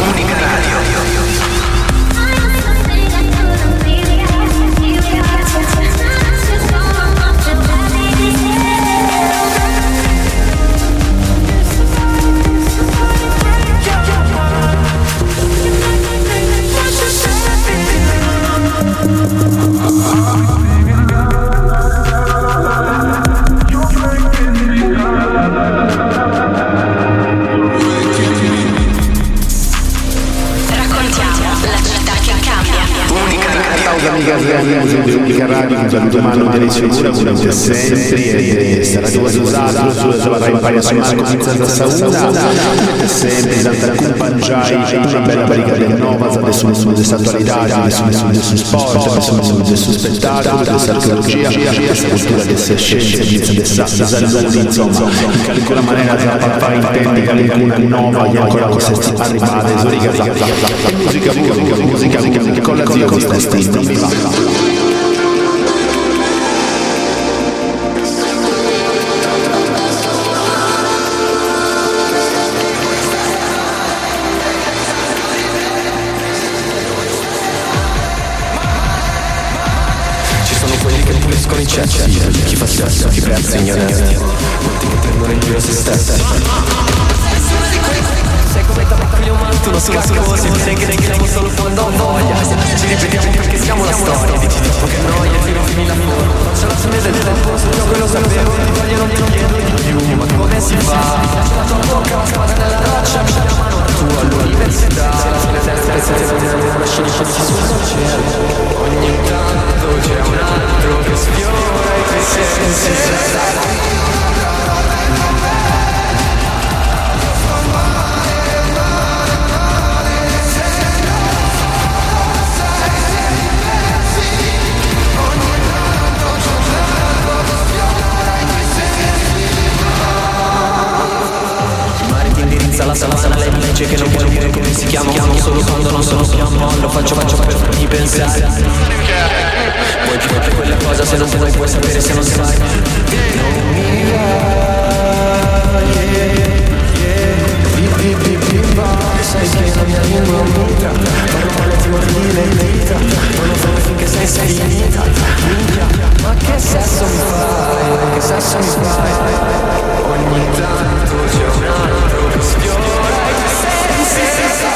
Unica Radio. Unica Radio, un saluto umano delizioso, come sempre, sarà quasi usato sulla Rai Paia su Marco Senza Sauna, sempre Santa Kumpanjai, una bella barricata nuova, adesso su attualità, su sport, su spettacolo, su archeologia, su cultura delle scienze, delle salute, insomma, in qualche maniera la fare intende qualcuna nuova, e ancora questa arrivata, musica, con la zio Costantino, mi va. Chi fa sesso, chi pezzi ignoranti, molti che prendono in giro se stessi. Sei come tappare un manto, sono scosi, mi reghiamo solo quando ho voglia. Ci ripetiamo perché siamo la storia, dici tipo che noia, fino a finire la fuori. C'è la fine del tempo, se io quello sapevo, ti voglio non ti chiedo di più, ma come si fa? La tua bocca, la spada nella roccia, mi chiamano tu all'università. La fine del tempo, una scena sul cielo, ogni tanto c'è un altro che sfiora i tuoi sensi. La sala lei mi dice che non puoi dire come si chiama, solo quando non sono più a mondo, faccio per farmi pensare. Vuoi più per quella cosa se non puoi sapere se non sai. Non mi va, sai che la mia lingua muta, parlo male ti mordi le dita, non lo farò finché sei finita. Ma che sesso mi fai, che sesso mi fai? Ogni tanto c'è un altro che sfiora i tuoi sensi.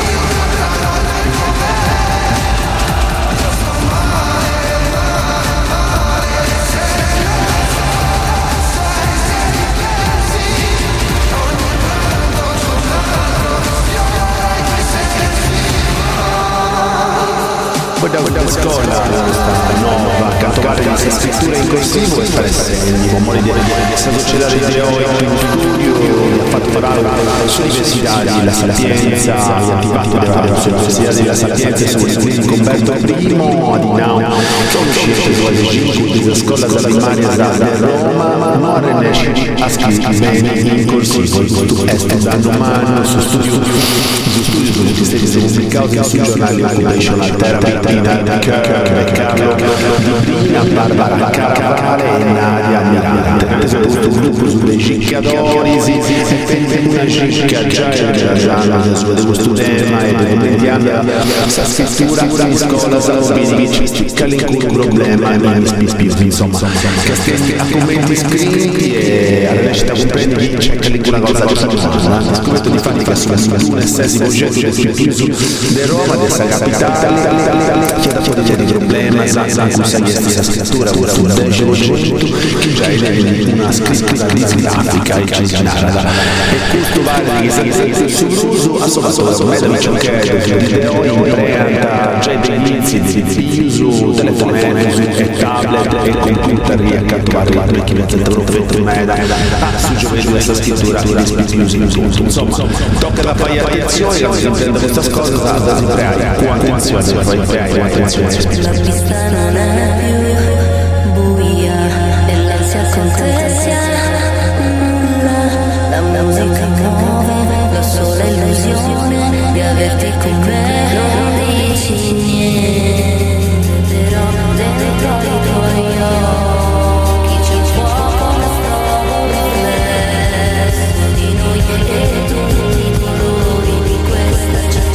Da scuola nuova, cantare le scritture in corsivo espresse i rumori di società di oggi in studio, ha fatto sull'università della Sapienza, ha attivato l'Università della Sapienza sulle Umberto I a Dinamo, sono uscito dalle 5 della scuola primaria da Roma, non riesce a scrivere in corsivo, tu è studiando mano su studio sul sistema pubblicato sui giornali Occupational Therapy, Carlo Dina, Barbara Caravale e Nadia Mirante. Un gruppo sulle giccadori, una gicca già era sullo studema e prendiamo la scrittura in scuola, un problema e non mi insomma, a commenti scritti e alla recita comprendi che c'è una cosa già fatta. Scommetto di fatti che sono un estesivo oggetto di Roma, della capitale, chi ha dato dei problemi, sa come sai la scrittura, che già è una scrittura disgrafica e cisinata. E questo vale sull'uso assoluto, da ciò che è video, imprenta, già degli inizi di uso, telefonini e tablet e computer riaccantovati a chi mette il profetto in meda, su giovedì questa scrittura insomma, tocca da fare attenzione, la presentazione di questa cosa, attenzione. La pista non è più buia e l'ansia contessa nulla, la musica muove, la sola illusione di averti con me, non dici niente, però dentro i tuoi occhi c'è un fuoco, una storia, un riflesso di noi e tutti i colori di questa città.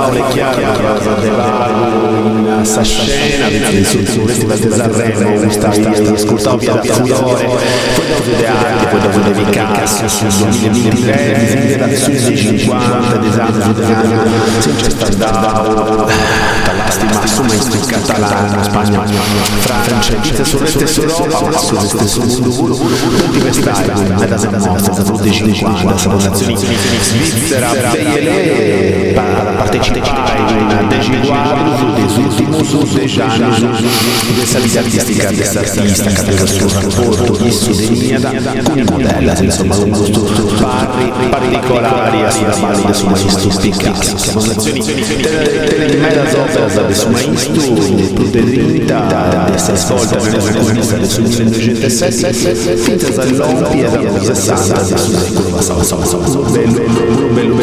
Paolo è chiaro de vago in sta scena sul da Sanremo stai ascoltando via da Sudore poi dopo de arte poi dopo de Picasso sul 2023 delle sue 50 d'esame sempre sta dall'astima insomma in catalano Spagna Francia pizza su rete su Europa ma su stesso mondo tutti quest'anni da Zammosta da tutti 50 fondazioni Svizzera Beiele partecipare a dei quadri des ultimos 10 anni di salita artistica di questa artista che aveva il suo rapporto isso deniada con i modelli insomma un gusto particolari a sulla base del suo maestro Picasso fondazioni delle medas operas del suo maestro de dignità di essere svolta nella sua del suo 1907 finita dall'Olympia dal 60 del suo secolo bello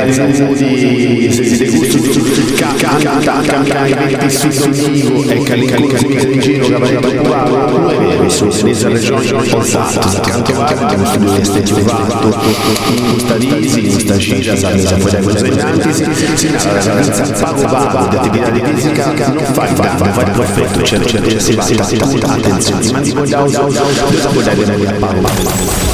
nudi, se siete gusti, canta, eventi sul e calico in giro, cavalletto occupato, noi vedi, sono nella regione Pozzato, canto parte, uno studio estetico fatto, in questa risi, in questa cita, sa fuori dai consegnanti, si narra la ragazza pago di attività di fisica, non fai danno, fai perfetto, certo, si basta, tanta attenzione, ma ti puoi dare delle pago.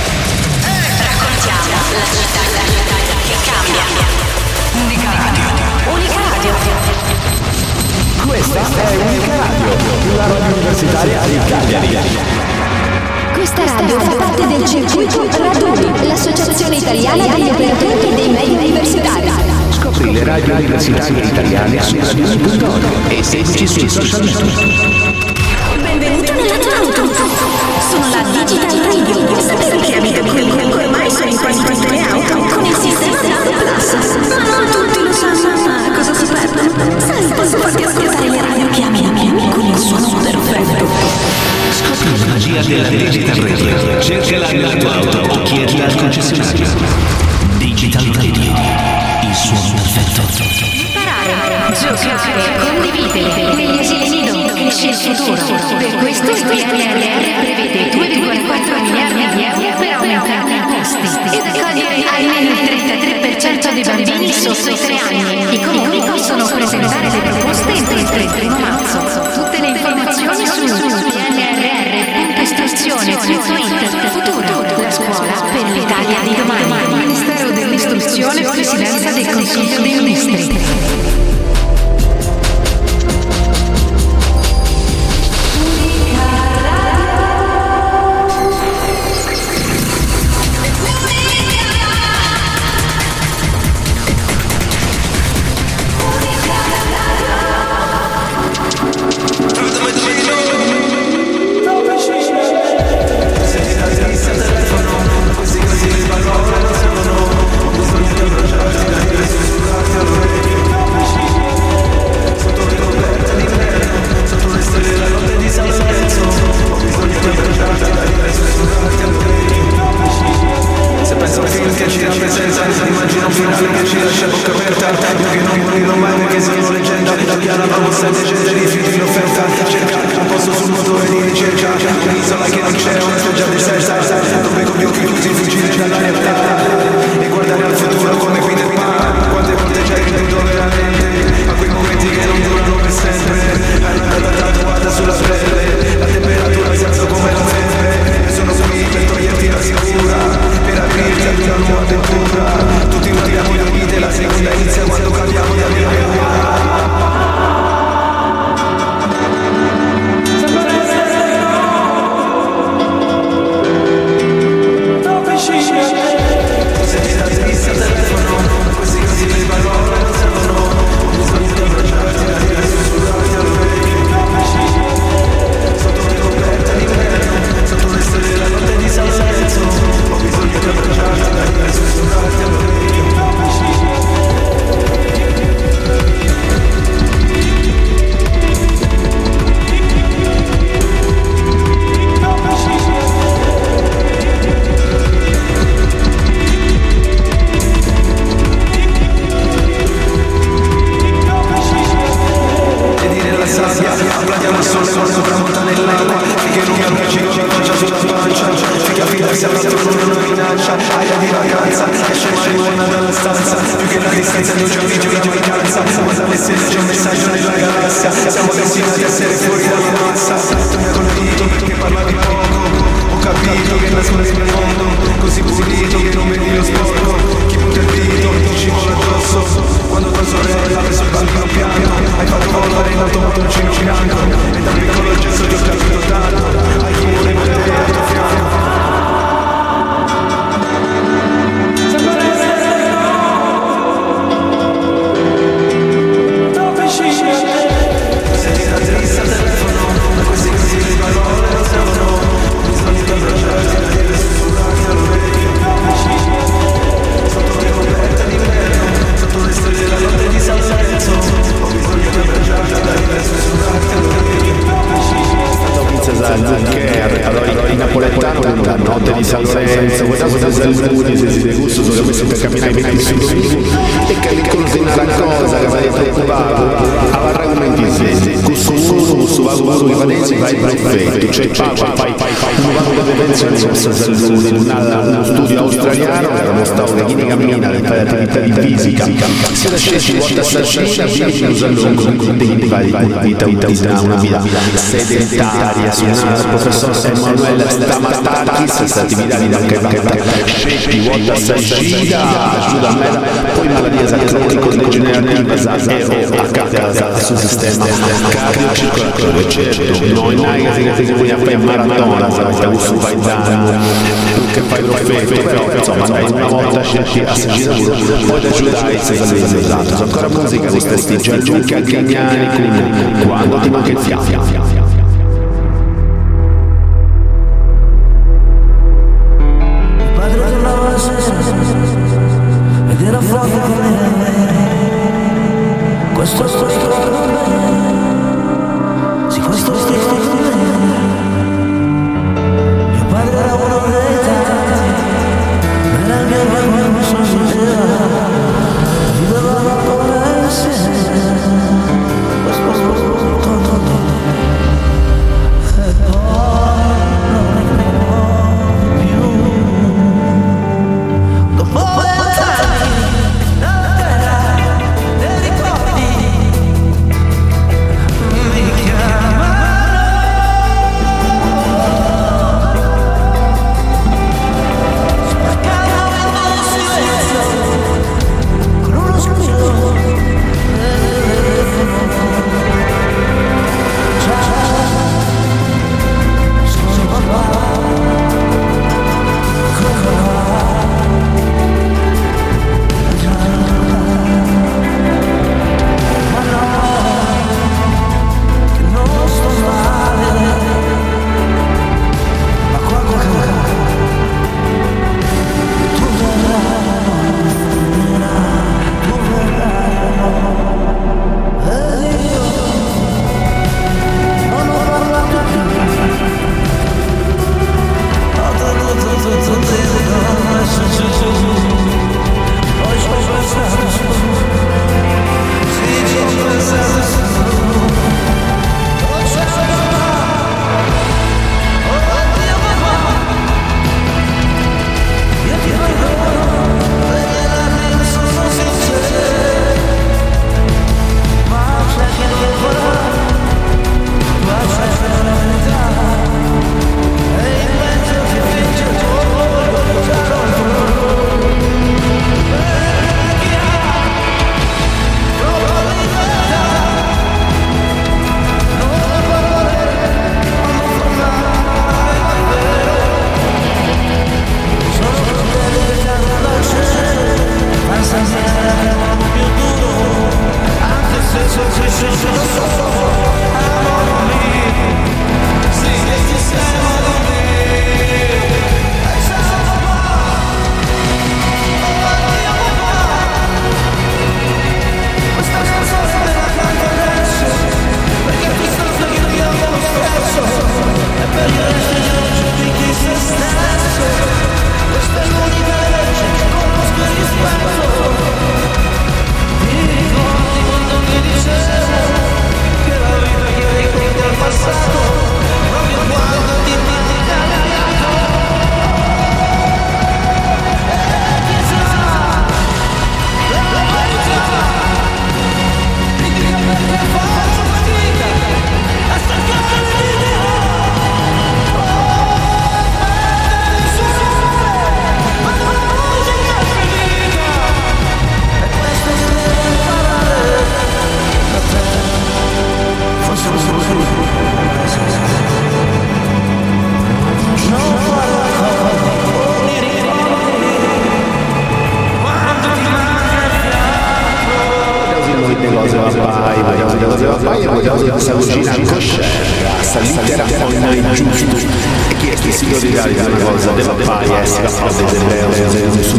Questa è Unica Radio, la radio universitaria di Cagliari. Questa radio fa parte del circuito Raduni, l'associazione italiana degli operatori e dei media universitari. Scopri le radio universitarie italiane su raduni.org e seguici sui social network. Benvenuto nella tua auto. Sono la Digital Radio. Sapevi che amiche qui ormai sono in quasi tutte le auto con il sistema Radio Plus. Ma non tutti lo sanno. Ma cosa si perdono? Sai, posso farti ascoltare le radio che ami con il suono perfetto. Scopri la magia della Digital Radio. Cercala nella tua auto o chiedila al concessionario. Digital Radio, il suono perfetto. Imparare, giocare, condividere. Negli asili nido cresce il futuro. Per questo il PNRR prevede 2,4 miliardi di euro per aumentare i posti ed accogliere almeno il 33% dei bambini sotto i 3 anni. I comuni possono presentare le proposte entro il 31 marzo. Tutte le informazioni su PNRR.istruzione.it. Futuro, la scuola per l'Italia di domani. Ministero dell'Istruzione, Presidenza del Consiglio dei Ministri. Lorenzo, guardato da Salvini, se si gusto sono messo per camminare per su domingo e che mi conosce una cosa che mi ha preoccupato, avrà argomenti insieme, questo vago che va dentro vai perfetto, cioè fai un vago di pensione verso Salvini, uno studio australiano che mostra una chi cammina, che fa attività di fisica, se la scegli volta stagione, vieni usa lungo, quindi vai una vita sedentaria, il professor Emanuele Stamatakis, questa attività di scegli volta stagione, ajuda a me, poi malattie cronico-degenerative e a sul sistema cardiocircolatorio, certo, noi che si vogliono fare maratona, sapete, questo fai danno, che fai perfetto, però insomma dai una volta cerchi a seguire poi ti aiutai se salvezza esatto, ancora musica questa stiggia, Gianluca Grignani con Quando ti manca il fiato. Questo sto ricordando sì, questo sto ricordando mio padre era uno dei tanti, ma era mio padre non sono sincera, viveva per essere questo sto ricordando e poi non mi ricordo più dopo questa cucina kosher, salita online giusto. E chi è che si deve dare una cosa? Deve fare, si va a fare delle su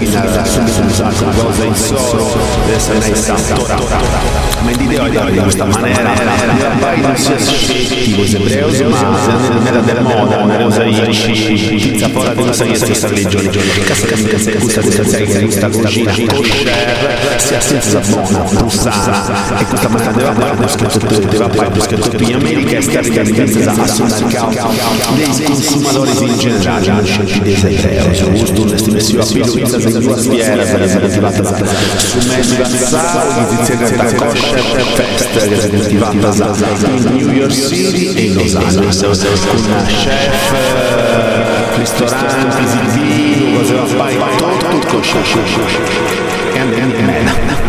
subito usato qualcosa in solo deve essere ora ma l'idea di questa maniera bai non sia scettico hebreos ma nella del moda nella tizza fuori di questa religione cassa che questa serie che questa cucina kosher sia senza buona pussana e questa maniera deve fare deve fare in America sta richiesta a dei consumatori in generale non scelti dei hebreos giusto un'estimazione a pizza di due spiere sarebbe attivata su mezzo avanzato di zia kosher fest che si è attivata in New York City e in Los Angeles con una chef ristoranti esibitivi cose da fare tutto kosher and man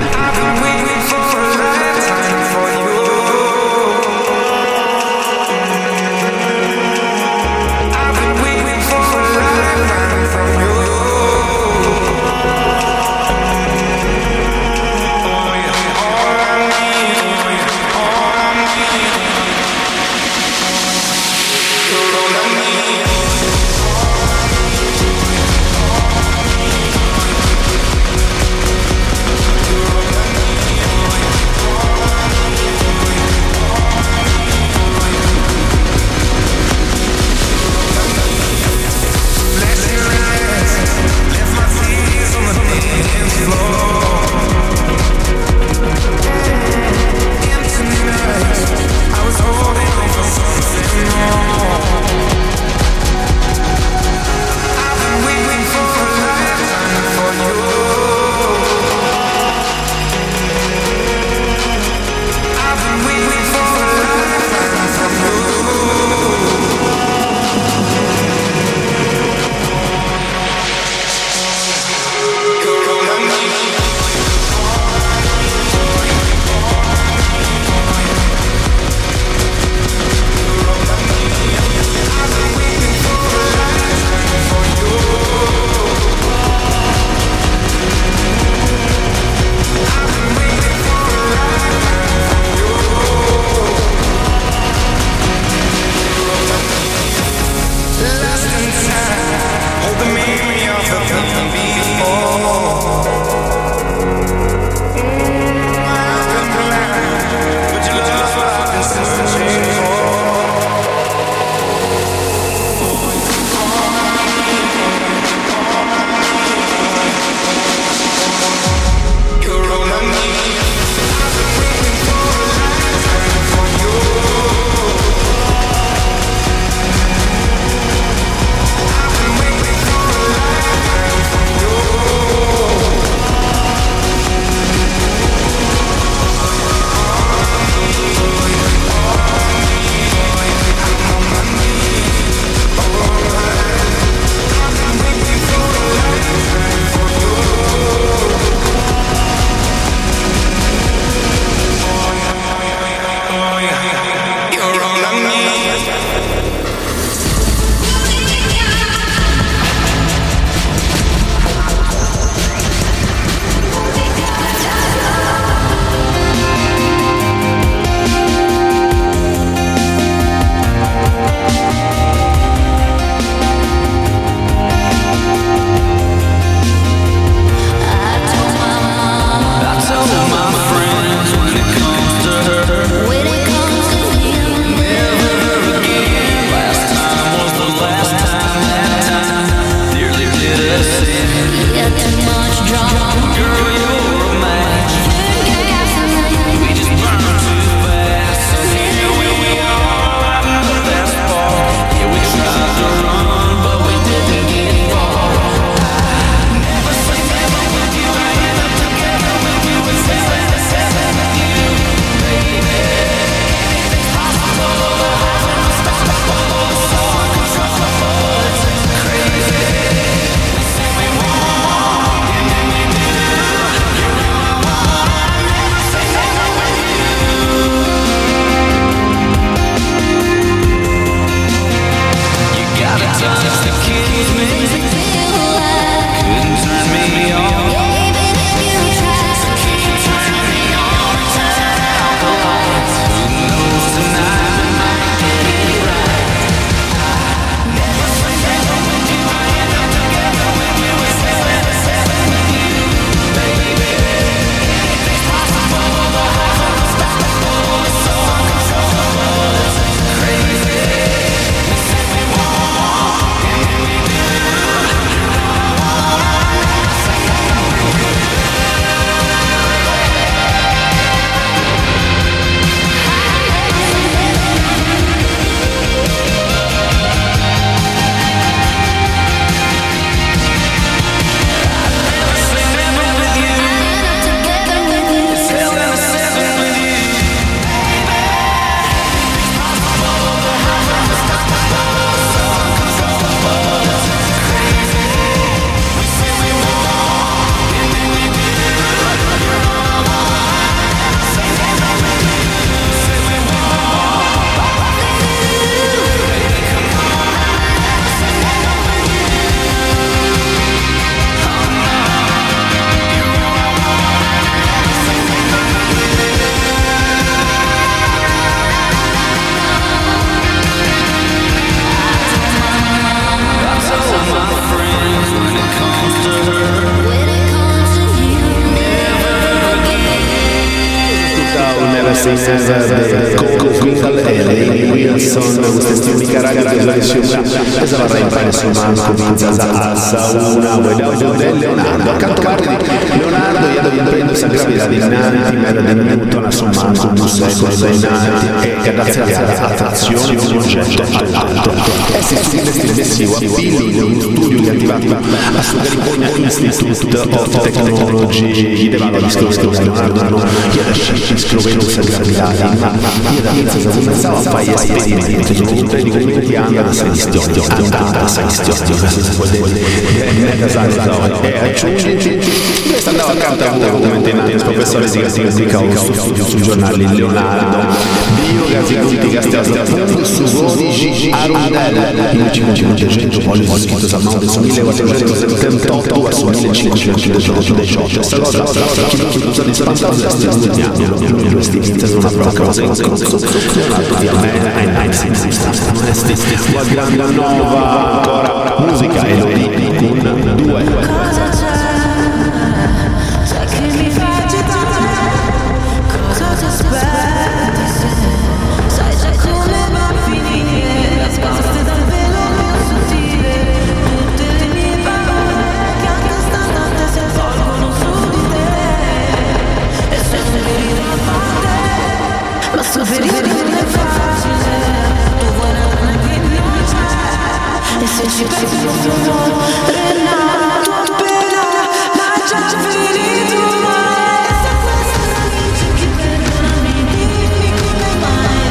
Never, Coco Quintal e Ray Wilson, questa unica radio che la riuscirà a salvare in pane su Manco Vinzaza Assa una Guedaudio del Leonardo accanto parli di Leonardo io devo prendere questa gravità di Nanti mera di Newton a Sommanco un secolo dai Nanti e grazie alla attrazione di un oggetto all'altro essi si investire messivo a Pilli un studio che attivato a Studiare Institute of Technology gli devano di scrivere Leonardo non chiede a scrivere un segretariato ma io da Vinzaza comenzava a fare esperimenti sono un tre di commenti anche da sei stioni andata sei stioni e aggiungi questo andava accanto a voi come tenente professore di Causto sui giornali Leonardo Biogasi tutti Castello su Gigi Arundel in 500 poi ho scritto a mano su 1478 verso 1518 questa cosa chiusa di spantosa questi inizia una cosa Leonardo di Almena una grande nuova ancora musica e lo dico con due ci pensi Renato appena ma già finito mai chi perdonami dimmi come mai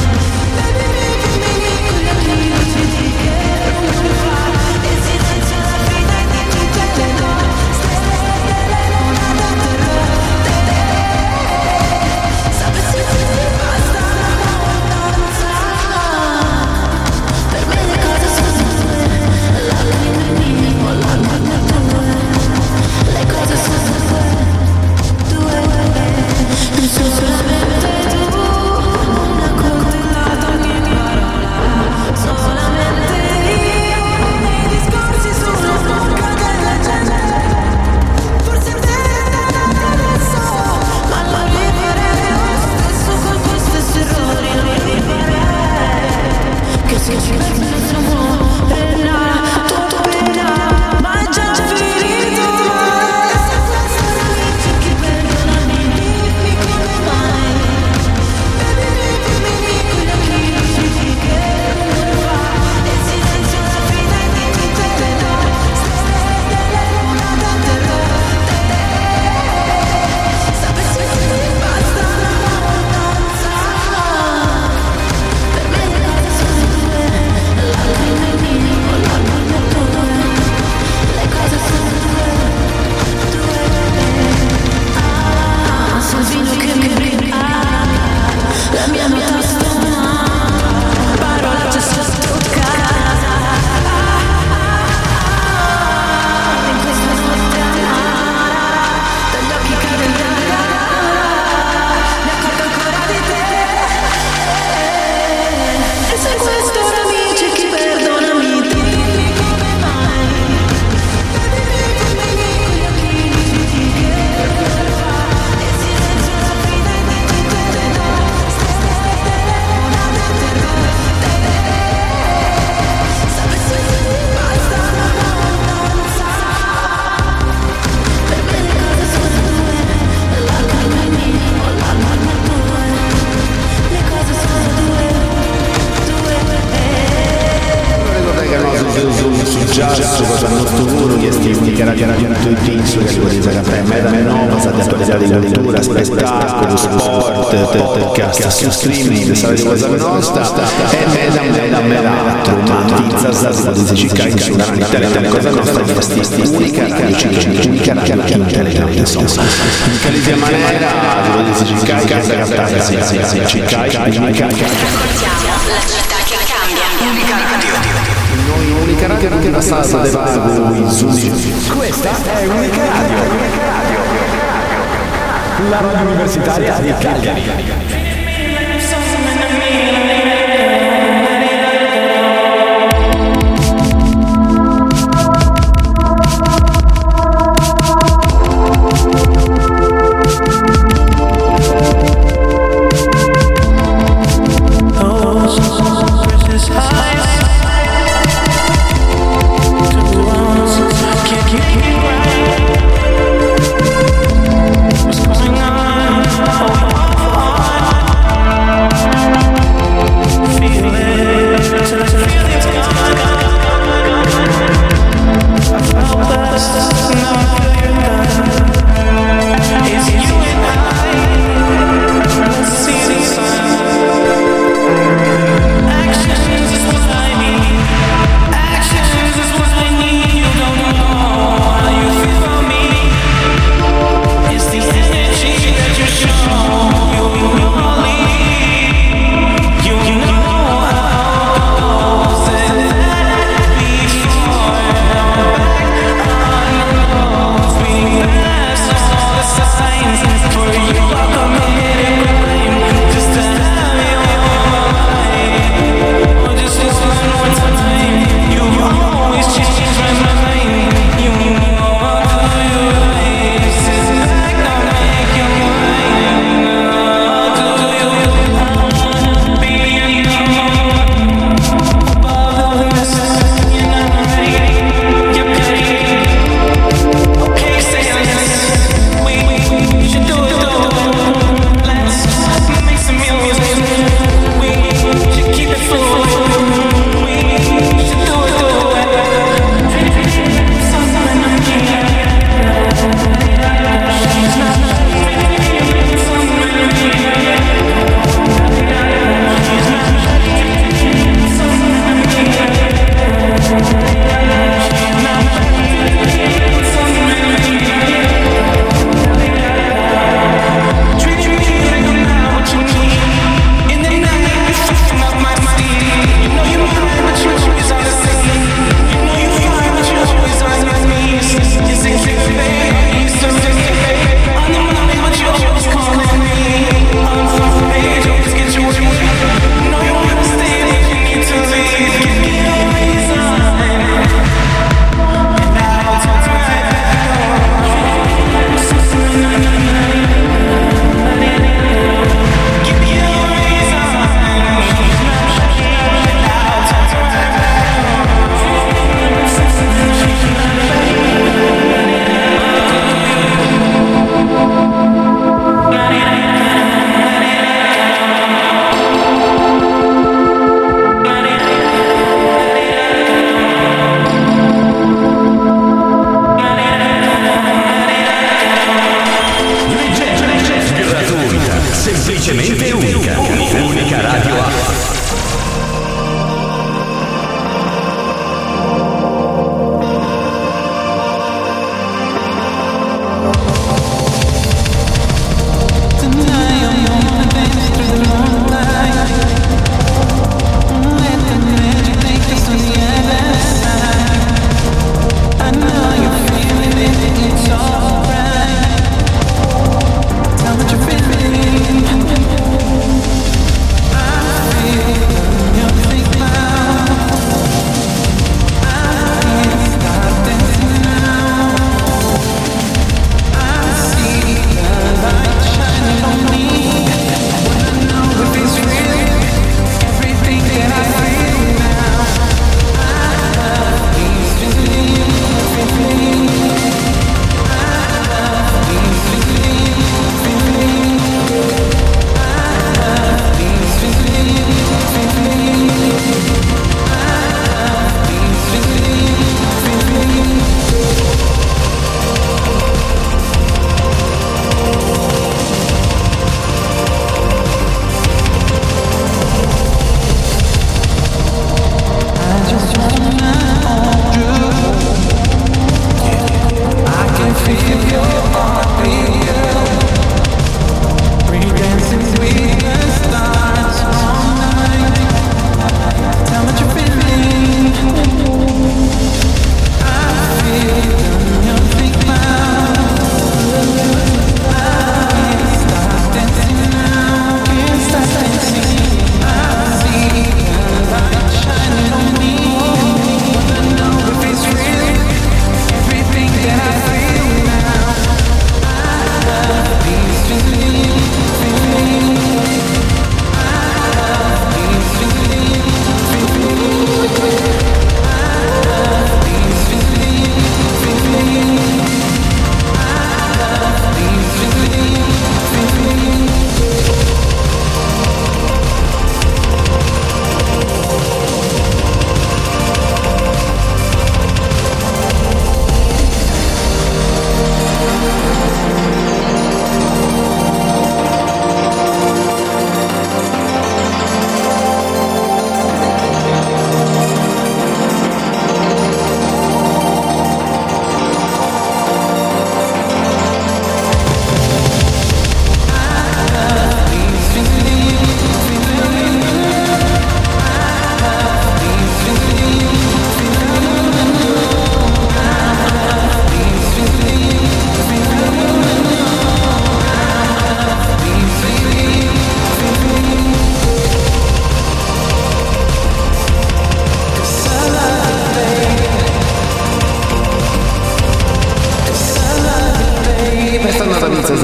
dimmi con gli occhi che non fa e si senza la vita e di tutte le nostre una data sapessi che basta non sa per me le cose sono le cose sono due non sono solamente tu una coltellata ogni parola solamente io i discorsi sono bocca della gente forse te adesso ma lo rifarei lo stesso con gli stessi errori lo rifarei che se ci pensi non siamo podcast su streaming sarà cosa nostra e meda traumatizza potete cercare su canale Telegram cosa nostra di artisti unica radio in Telegram insomma in qualsiasi maniera potete cercare casa captata cercare unica la città che cambia unica radio unica radio anche la sala de vago in Zoom questa è Unica Radio la radio universitaria di Cagliari.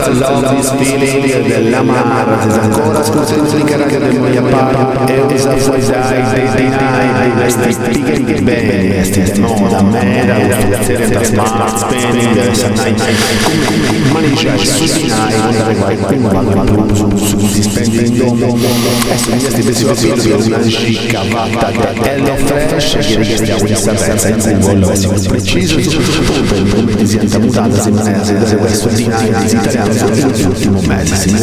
Love is Feeling dell'Amar. Se ancora ascoltate il caraca del Mogliaparo e usa fuori dai vesti spieghi bene, vesti da moda, mera, usazione da smart spending, sanai, come manisce su dinai, andare qua e prima vanno su si spende in domo, e su questi pezzi di una sciccavata che è lo fresh, che richiestiamo di saperza in Google, essere preciso sul punto, come ti sia mutata, se non è se questo dinai di italiano nell'ultimo mese, si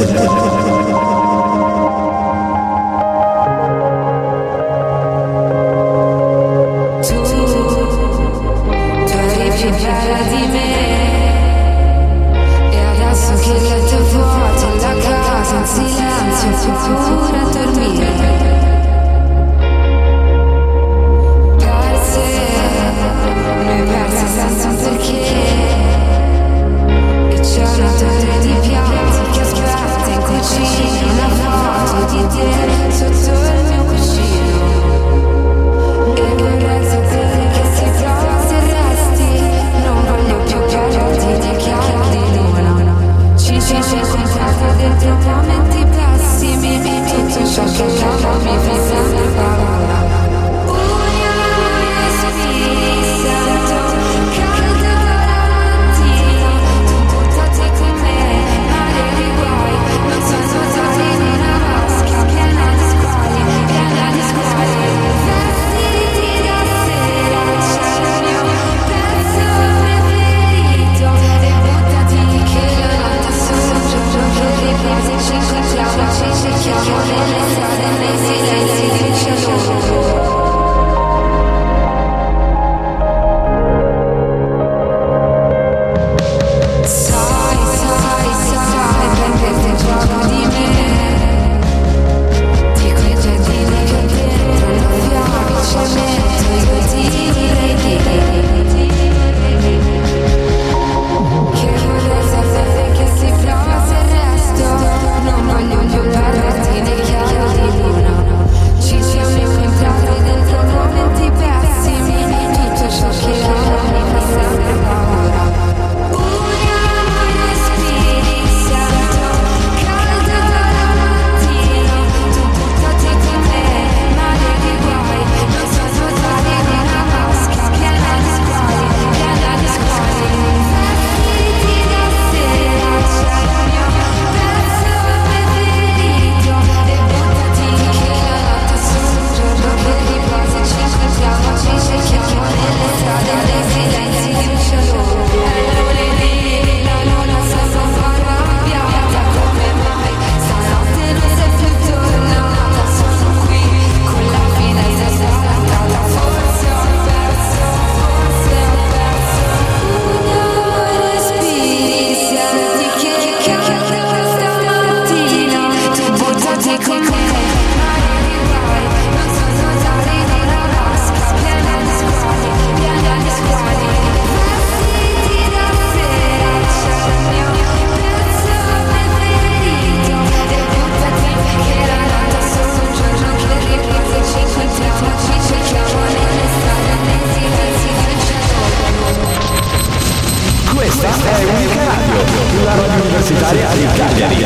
universitaria di Cagliari.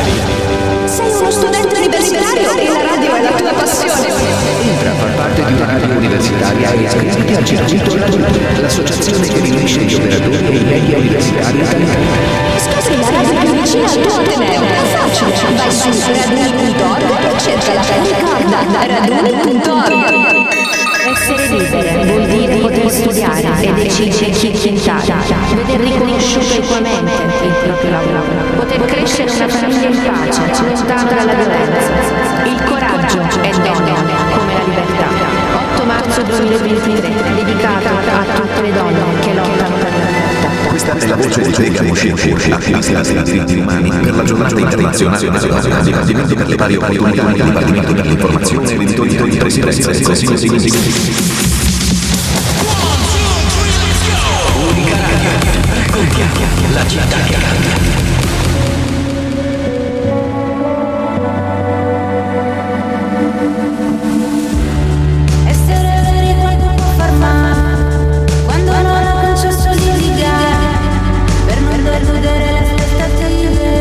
Sei uno studente universitario e la radio è la tua passione. Entra a far parte di una radio universitaria e iscriviti al Circuito Radio, l'associazione che riunisce gli operatori e i media universitari italiani. Scopri la radio più vicina al tuo ateneo. È facile, vai su raduni.org e cerca la ricorda raduni.org. Essere libere vuol dire poter studiare e decidere chi entrare, veder riconosciuto equamente il proprio lavoro, poter crescere una famiglia in pace, lontana dalla violenza. Il coraggio è donna, come la libertà. 8 marzo 2023, dedicato a tutte le donne che lottano per la libertà. Questa è la voce di Lega Moscicci, attivista dei diritti umani, per la giornata internazionale della donna, Dipartimento per le pari opportunità, Dipartimento per l'informazione e l'editoria di presidenza del Consiglio dei Ministri. Unica Radio, raccontiamo la città che cambia. Quando non ho concesso di litigare per non deludere le aspettative.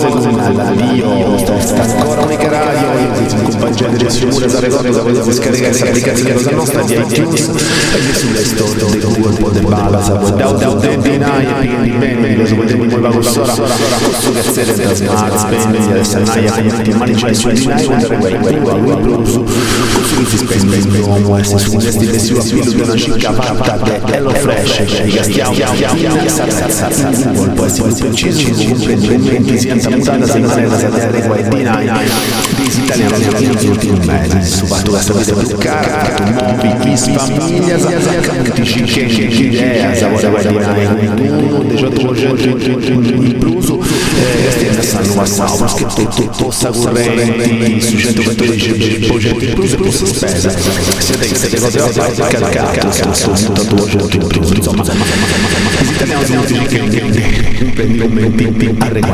con l'addio, sta ancora unica radio, in compagnia delle sue mura da ricordo, da quella che scarica l'applicazione cosa nostra di iTunes e sulle storie di Google po' de bala, da Dendinai e pieni bene, lo potevo muovere con sora, questo cazzere da smart, spende, adesso naia, come mani c'è su Dinai, un applauso, così si spende in uomo, e se su questi fessi a filo di una cicca fatta che Hello Fresh, che gastiamo, Google può essere preciso, comunque in si è mutata settimana da terra qua e Dinai, italiano negli ultimi mesi, su fatto la storia per carta, muovi, bis famiglia, ti cicchetti, idea, savoir Dinai, 18 il pluso, e stanno passando, perché tutto sta correnti, su 114 progetti il pluso e posso spesa, siete cose a parte caricato, sono tutto, insomma, gli italiani sono tutti cicchetti, prendi commenti,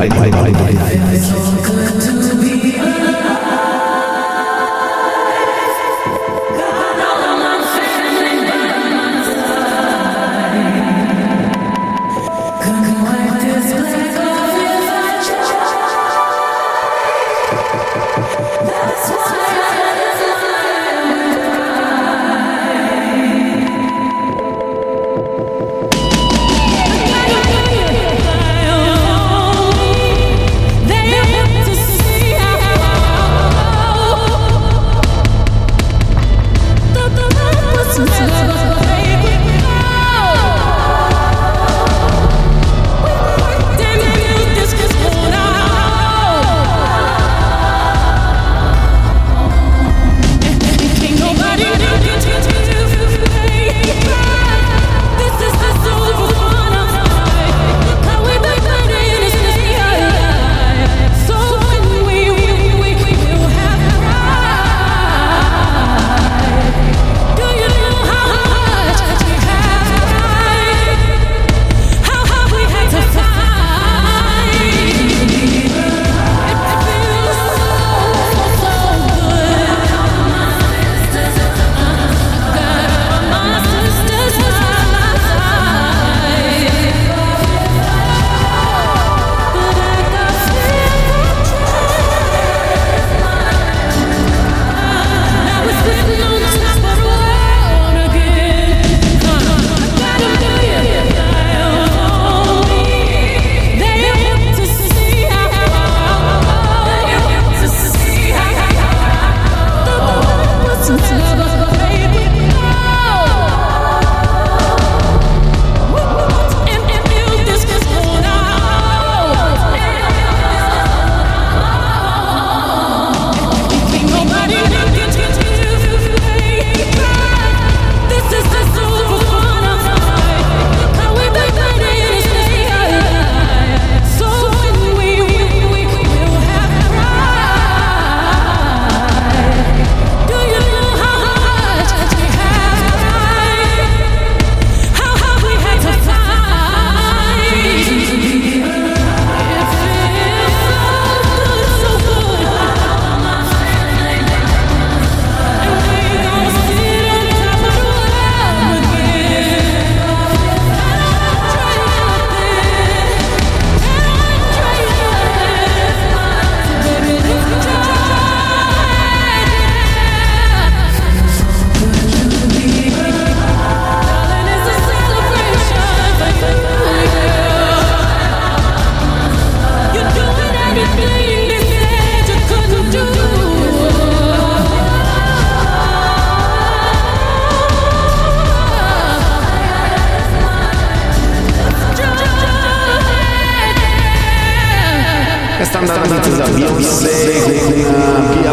sta andando da Beyoncé con Via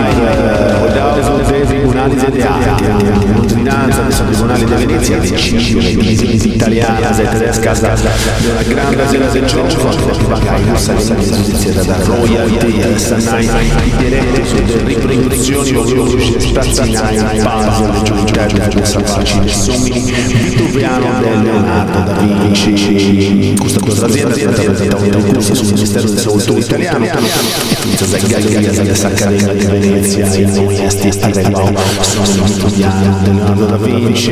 Live, Odauso dei tribunali tedeschi, l'ordinanza del tribunale di Venezia deciso le divisioni italiana e tedesca della grande sera del gioco, magari non sarebbe giustiziata da royalty, i diritti sulle riproduzioni o stazionari in base alle giunte di questa facile sommi Vitruviano del Leonardo da da Vinci. Questa azienda è diventata un corso sul Ministero del Salute italiano, inizia dai gallerie, dall'Accademia di Venezia, i noi arrivano, sono studiando Leonardo da Vinci,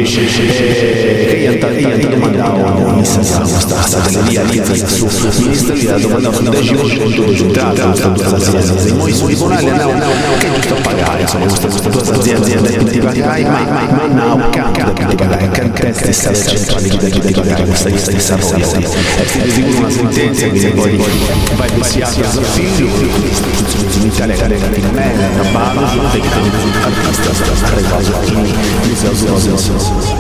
che gli domandavano, stata lì all'inizio sul Ministero, gli domandavano sul decimo quanto risultato questa azienda. I noi tribunali andavano, che giusto a pagare, insomma, questa azienda di pagare, ma no, canto di pagare, canteste centrali di pagare questa stessa royalty. È sicuro una sentenza che poi vai pensiato al figlio, in Italia in me, una balla, che artista arrivato in misura.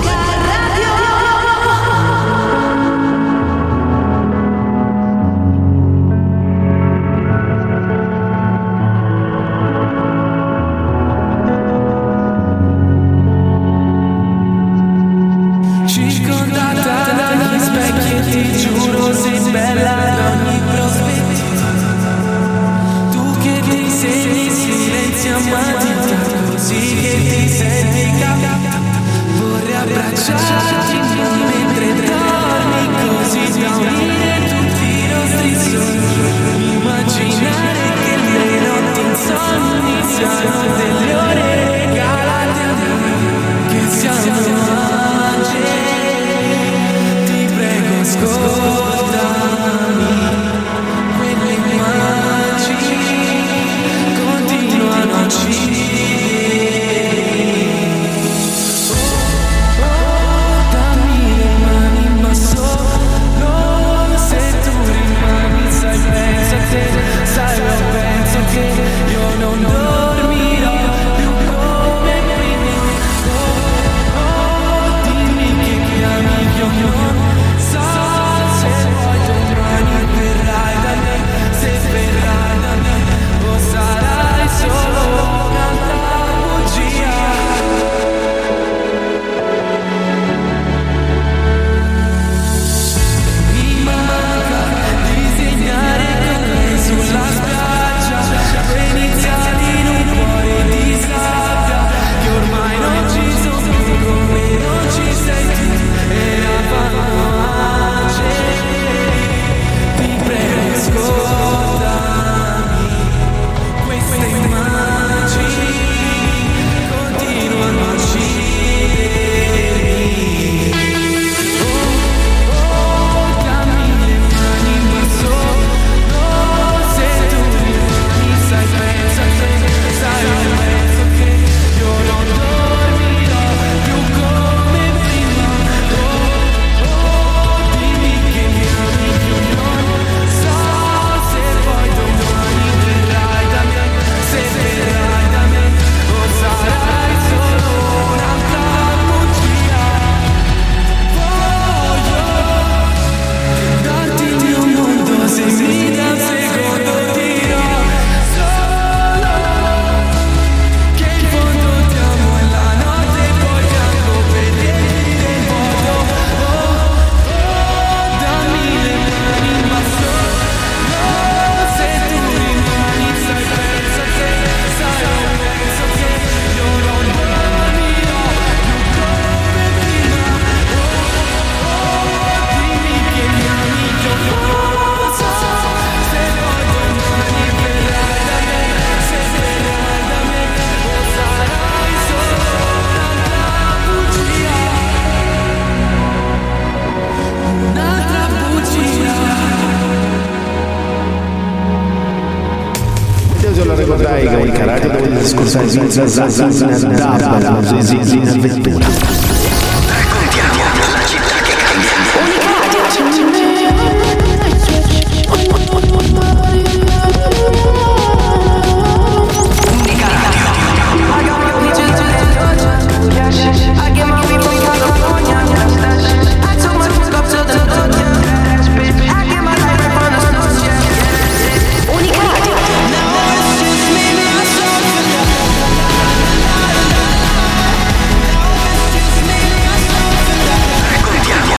Ricordai che il karate dove scorsare in avventura.